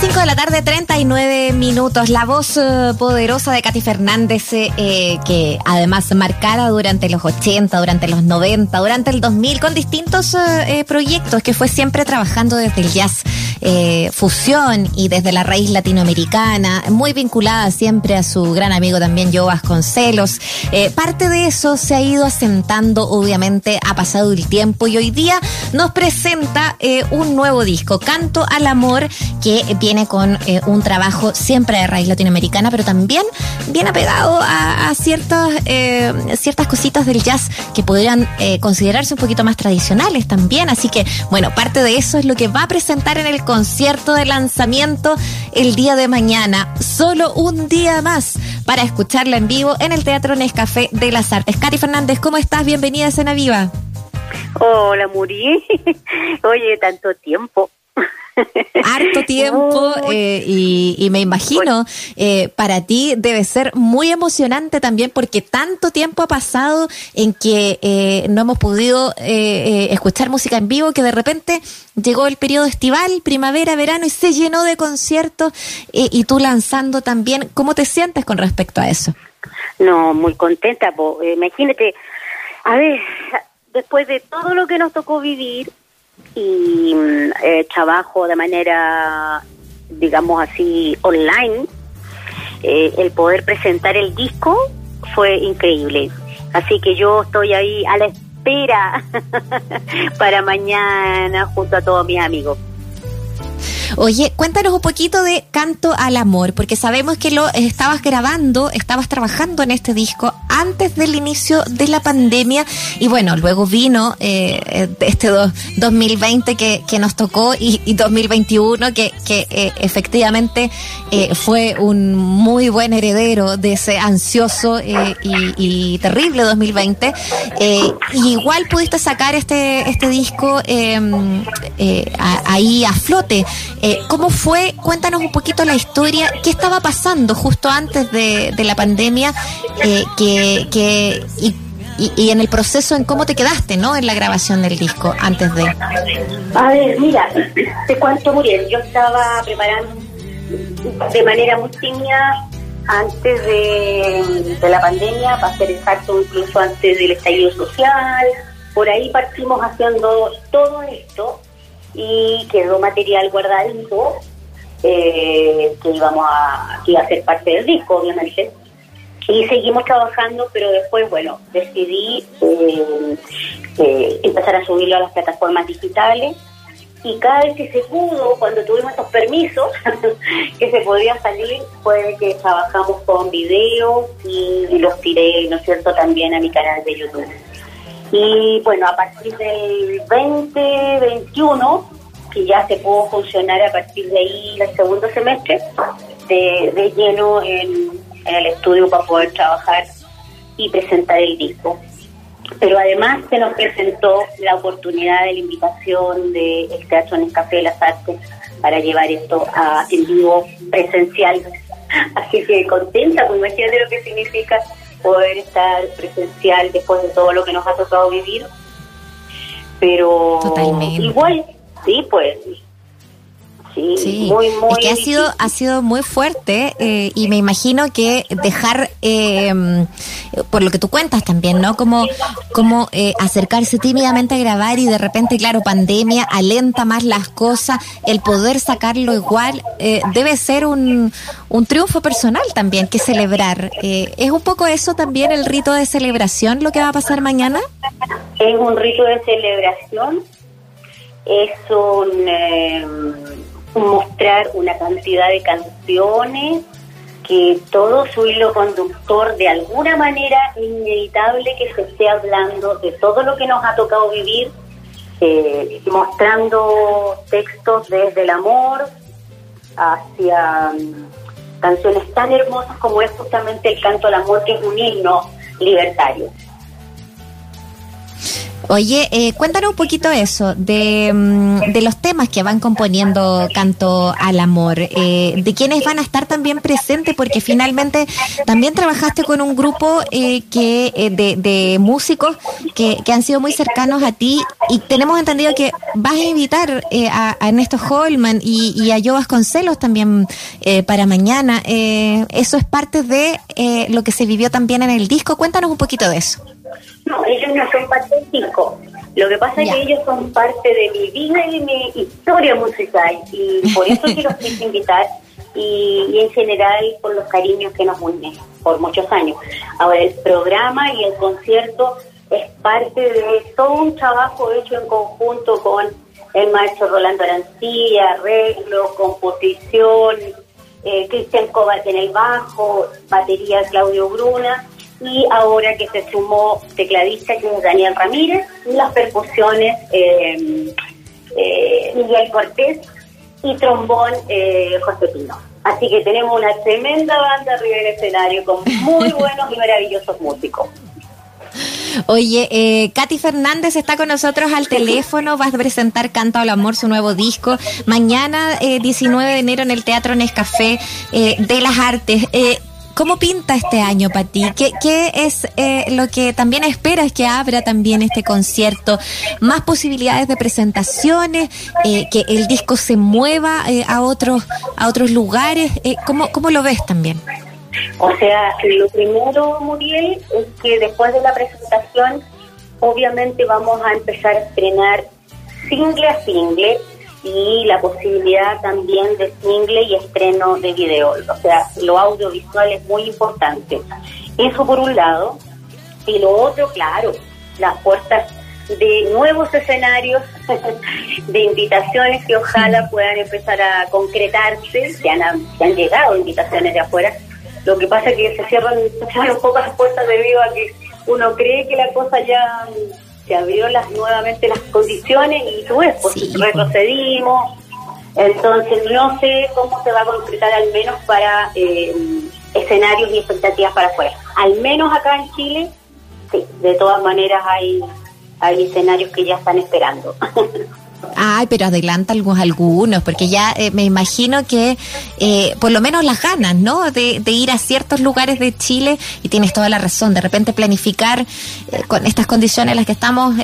5 de la tarde, 39 minutos. La voz poderosa de Katy Fernández, que además marcara durante los 80, durante los 90, durante el 2000, con distintos proyectos, que fue siempre trabajando desde el jazz fusión y desde la raíz latinoamericana, muy vinculada siempre a su gran amigo también Joe Vasconcelos. Parte de eso se ha ido asentando, obviamente ha pasado el tiempo, y hoy día nos presenta un nuevo disco, Canto al Amor, que viene con un trabajo siempre de raíz latinoamericana, pero también bien apegado a ciertas cositas del jazz que podrían considerarse un poquito más tradicionales también. Así que, bueno, parte de eso es lo que va a presentar en el concierto de lanzamiento el día de mañana. Solo un día más para escucharla en vivo en el Teatro Nescafé de las Artes. Katy Fernández, ¿cómo estás? Bienvenida a Escena Viva. Hola, Muri. Oye, tanto tiempo. Harto tiempo, y me imagino para ti debe ser muy emocionante también, porque tanto tiempo ha pasado en que no hemos podido escuchar música en vivo, que de repente llegó el periodo estival, primavera, verano, y se llenó de conciertos, y tú lanzando también. ¿Cómo te sientes con respecto a eso? No, muy contenta, imagínate, a ver, después de todo lo que nos tocó vivir y trabajo de manera, digamos así, online, el poder presentar el disco fue increíble. Así que yo estoy ahí a la espera para mañana junto a todos mis amigos. Oye, cuéntanos un poquito de Canto al Amor, porque sabemos que lo estabas grabando, estabas trabajando en este disco antes del inicio de la pandemia, y bueno, luego vino este 2020 que nos tocó, y 2021 que efectivamente fue un muy buen heredero de ese ansioso y terrible 2020. Y igual pudiste sacar este disco ahí a flote. ¿Cómo fue? Cuéntanos un poquito la historia. ¿Qué estaba pasando justo antes de la pandemia? Y en el proceso, en cómo te quedaste, ¿no? En la grabación del disco, antes de... A ver, mira, te cuento, Muriel. Yo estaba preparando de manera muy tímida antes de la pandemia, para ser exacto, incluso antes del estallido social. Por ahí partimos haciendo todo esto, y quedó material guardadito que iba a ser parte del disco, obviamente, y seguimos trabajando, pero después, bueno, decidí empezar a subirlo a las plataformas digitales, y cada vez que se pudo, cuando tuvimos estos permisos que se podía salir, fue que trabajamos con videos y los tiré, ¿no es cierto?, también a mi canal de YouTube. Y bueno, a partir del 2021, que ya se pudo funcionar a partir de ahí el segundo semestre, de lleno en el estudio para poder trabajar y presentar el disco. Pero además se nos presentó la oportunidad de la invitación del Teatro Nescafé de las Artes para llevar esto en vivo, presencial. Así que contenta, pues imagínate lo que significa poder estar presencial después de todo lo que nos ha tocado vivir. Pero totalmente. Igual, sí, pues sí, muy es que ha sido muy fuerte, y me imagino que dejar, por lo que tú cuentas también, ¿no? Como acercarse tímidamente a grabar, y de repente, claro, pandemia alenta más las cosas, el poder sacarlo igual, debe ser un triunfo personal también que celebrar. ¿Es un poco eso también, el rito de celebración, lo que va a pasar mañana? Es un rito de celebración, es mostrar una cantidad de canciones que todo su hilo conductor, de alguna manera es inevitable que se esté hablando de todo lo que nos ha tocado vivir, mostrando textos desde el amor hacia canciones tan hermosas como es justamente el Canto al Amor, que es un himno libertario. Oye, cuéntanos un poquito eso, de los temas que van componiendo Canto al Amor, de quiénes van a estar también presentes, porque finalmente también trabajaste con un grupo de músicos que han sido muy cercanos a ti, y tenemos entendido que vas a invitar a Ernesto Holman y a Joe Vasconcelos también para mañana. Eso es parte de lo que se vivió también en el disco. Cuéntanos un poquito de eso. No, ellos no son parte del disco. Lo que pasa es que ellos son parte de mi vida y de mi historia musical, y por eso quiero invitar, y en general por los cariños que nos unen por muchos años. Ahora, el programa y el concierto es parte de todo un trabajo hecho en conjunto con el maestro Rolando Arancilla, arreglo, composición, Cristian Kovac en el bajo, batería Claudio Bruna, y ahora que se sumó tecladista, que es Daniel Ramírez, y las percusiones Miguel Cortés, y trombón José Pino. Así que tenemos una tremenda banda arriba del escenario con muy buenos y maravillosos músicos. Oye, Katy Fernández está con nosotros al teléfono. Vas a presentar Canto al Amor, su nuevo disco, mañana 19 de enero en el Teatro Nescafé de las Artes. ¿Cómo pinta este año para ti? ¿Qué es lo que también esperas que abra también este concierto? ¿Más posibilidades de presentaciones? ¿Que el disco se mueva a otros lugares? ¿Cómo lo ves también? O sea, lo primero, Muriel, es que después de la presentación, obviamente vamos a empezar a estrenar single a single, y la posibilidad también de single y estreno de video. O sea, lo audiovisual es muy importante. Eso por un lado. Y lo otro, claro, las puertas de nuevos escenarios, de invitaciones que ojalá puedan empezar a concretarse. Se han llegado invitaciones de afuera. Lo que pasa es que se cierran un poco las puertas debido a que uno cree que la cosa ya se abrió nuevamente las condiciones, y tú ves, pues sí, retrocedimos. Entonces no sé cómo se va a concretar, al menos para escenarios y expectativas para afuera. Al menos acá en Chile, sí, de todas maneras hay escenarios que ya están esperando. Ay, pero adelanta algunos, porque ya me imagino que por lo menos las ganas, ¿no? De ir a ciertos lugares de Chile, y tienes toda la razón, de repente planificar con estas condiciones en las que estamos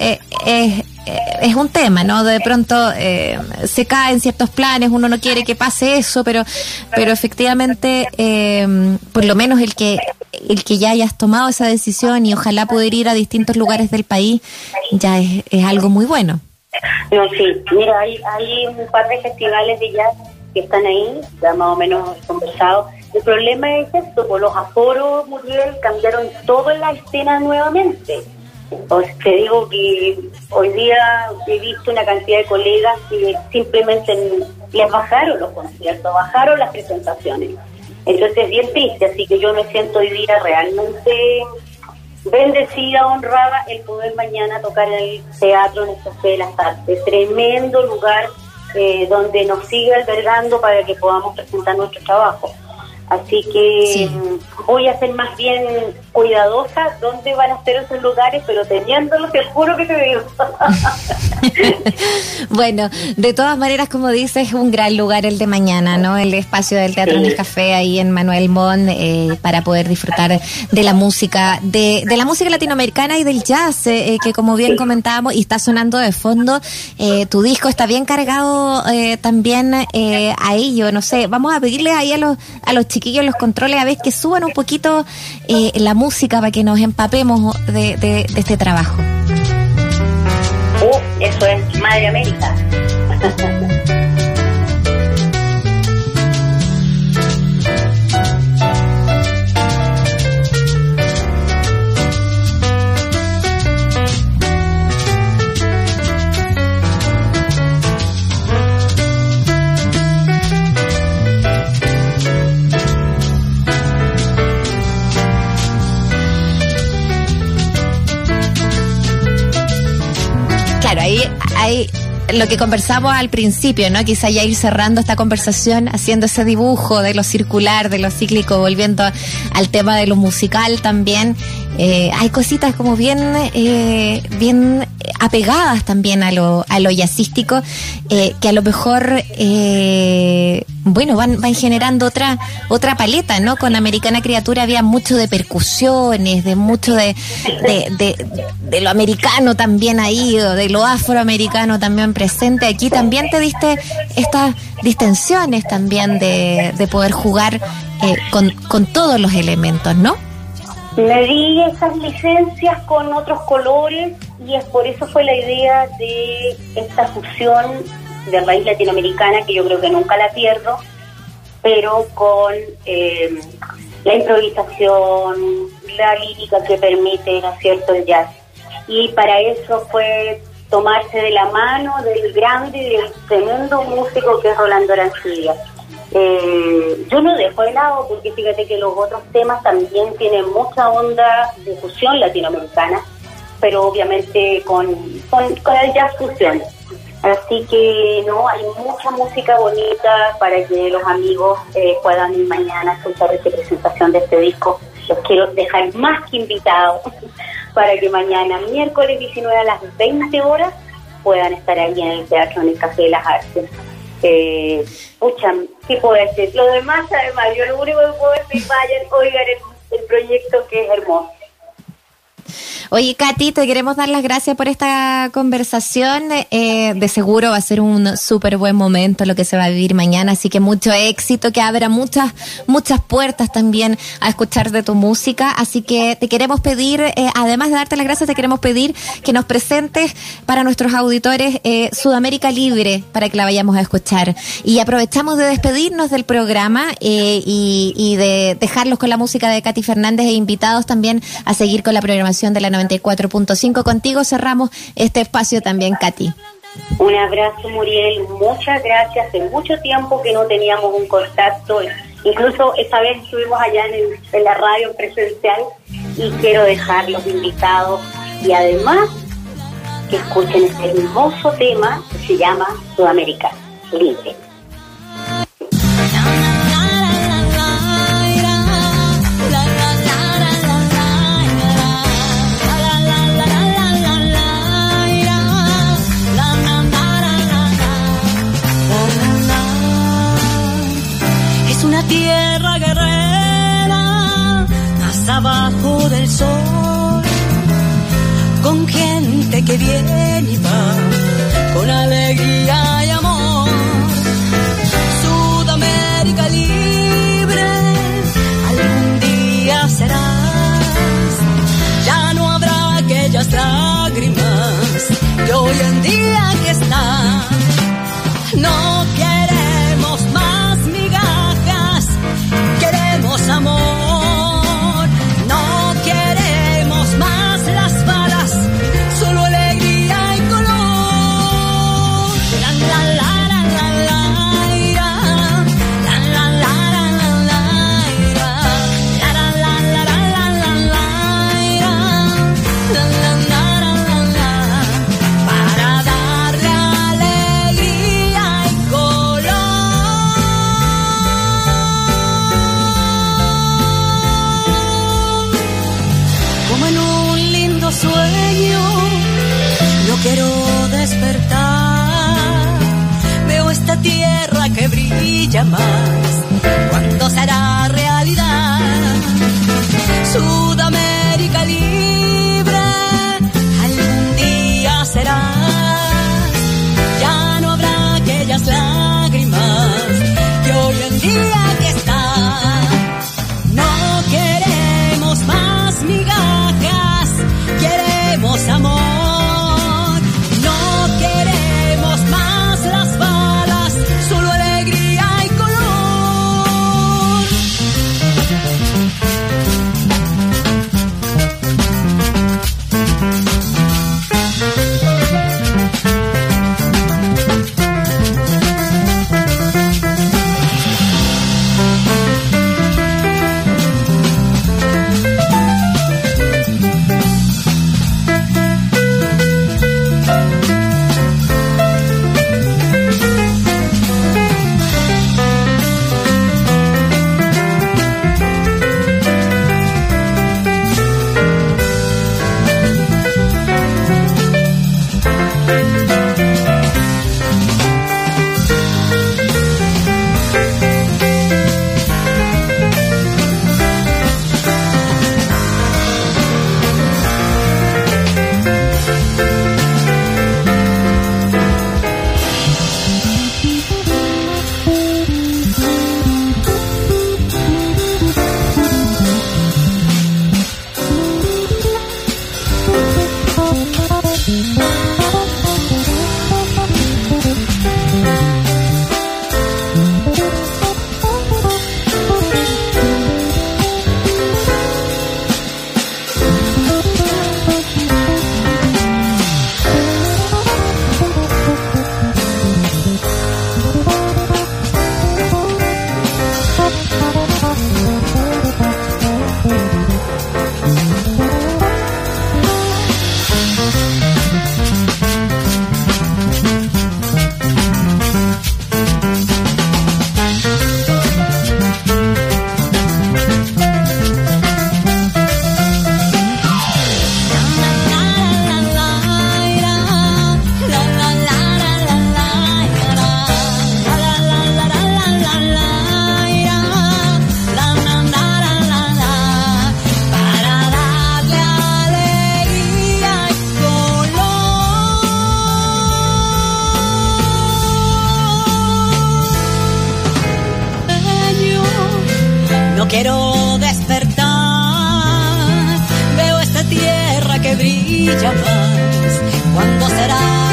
es un tema, ¿no? De pronto se caen ciertos planes, uno no quiere que pase eso, pero efectivamente por lo menos el que ya hayas tomado esa decisión y ojalá poder ir a distintos lugares del país ya es algo muy bueno. No, sí, mira, hay un par de festivales de jazz que están ahí, ya más o menos conversado. El problema es esto, por los aforos, Muriel, cambiaron toda la escena nuevamente. Te digo que hoy día he visto una cantidad de colegas que simplemente les bajaron los conciertos, bajaron las presentaciones. Entonces es bien triste, así que yo me siento hoy día realmente bendecida, honrada, el poder mañana tocar en el Teatro Nescafé de las Artes. Tremendo lugar donde nos sigue albergando para que podamos presentar nuestro trabajo. Así que sí, voy a ser más bien cuidadosa dónde van a ser esos lugares, pero teniéndolos, te juro que te digo. Bueno, de todas maneras, como dices, un gran lugar el de mañana, ¿no? El espacio del Teatro Nescafé ahí en Manuel Montt, para poder disfrutar de la música, de la música latinoamericana y del jazz, que como bien comentábamos y está sonando de fondo, tu disco está bien cargado también a ello. No sé, vamos a pedirle ahí a los chiquillos los controles a ver que suban un poquito la música para que nos empapemos de este trabajo. Eso es Madre América. Claro, ahí lo que conversamos al principio, ¿no? Quizá ya ir cerrando esta conversación, haciendo ese dibujo de lo circular, de lo cíclico, volviendo al tema de lo musical también. hay cositas como bien apegadas también a lo jazzístico, que a lo mejor van generando otra paleta, ¿no? Con Americana Criatura había mucho de percusiones, de mucho de lo americano también ahí, de lo afroamericano también presente. Aquí también te diste estas distensiones también de poder jugar con todos los elementos, ¿no? Me di esas licencias con otros colores y es por eso fue la idea de esta fusión de raíz latinoamericana, que yo creo que nunca la pierdo, pero con la improvisación, la lírica que permite, ¿no es cierto?, el jazz. Y para eso fue tomarse de la mano del grande y del tremendo músico que es Rolando Arancibia. Yo no dejo de lado, porque fíjate que los otros temas también tienen mucha onda de fusión latinoamericana, pero obviamente con el jazz fusión. Así que hay mucha música bonita para que los amigos puedan ir mañana a escuchar esta presentación de este disco. Los quiero dejar más que invitados para que mañana, miércoles 19 a las 20 horas, puedan estar ahí en el teatro, en el Café de las Artes. ¿Qué puedo decir? Lo demás, además, yo lo único que puedo decir, vayan, oigan el proyecto, que es hermoso. Oye, Katy, te queremos dar las gracias por esta conversación. De seguro va a ser un súper buen momento lo que se va a vivir mañana, así que mucho éxito, que abra muchas puertas también a escuchar de tu música. Así que te queremos pedir, además de darte las gracias, te queremos pedir que nos presentes para nuestros auditores Sudamérica Libre, para que la vayamos a escuchar. Y aprovechamos de despedirnos del programa y de dejarlos con la música de Katy Fernández e invitados también a seguir con la programación de la 94.5. Contigo cerramos este espacio también, Katy. Un abrazo, Muriel, muchas gracias. Hace mucho tiempo que no teníamos un contacto, incluso esa vez estuvimos allá en la radio presencial, y quiero dejarlos invitados y además que escuchen este hermoso tema que se llama Sudamérica Libre. Tierra guerrera, más abajo del sol, con gente que viene y va, con alegría y amor. Sudamérica libre, algún día serás, ya no habrá aquellas lágrimas que hoy en día que están. No queremos más migajas, queremos amor, no queremos más las balas, solo alegría y color. La la la la la la la la la la la la para darle alegría y color. Como en un lindo sueño, no quiero despertar. Veo esta tierra que brilla más. ¿Cuándo será realidad? Sudamérica libre, algún día será. Ya no habrá aquellas lágrimas que hoy en día que están. No queremos más migajas, queremos amor, no queremos más las balas, solo alegría y color. quiero despertar. Veo esta tierra que brilla más. ¿Cuándo será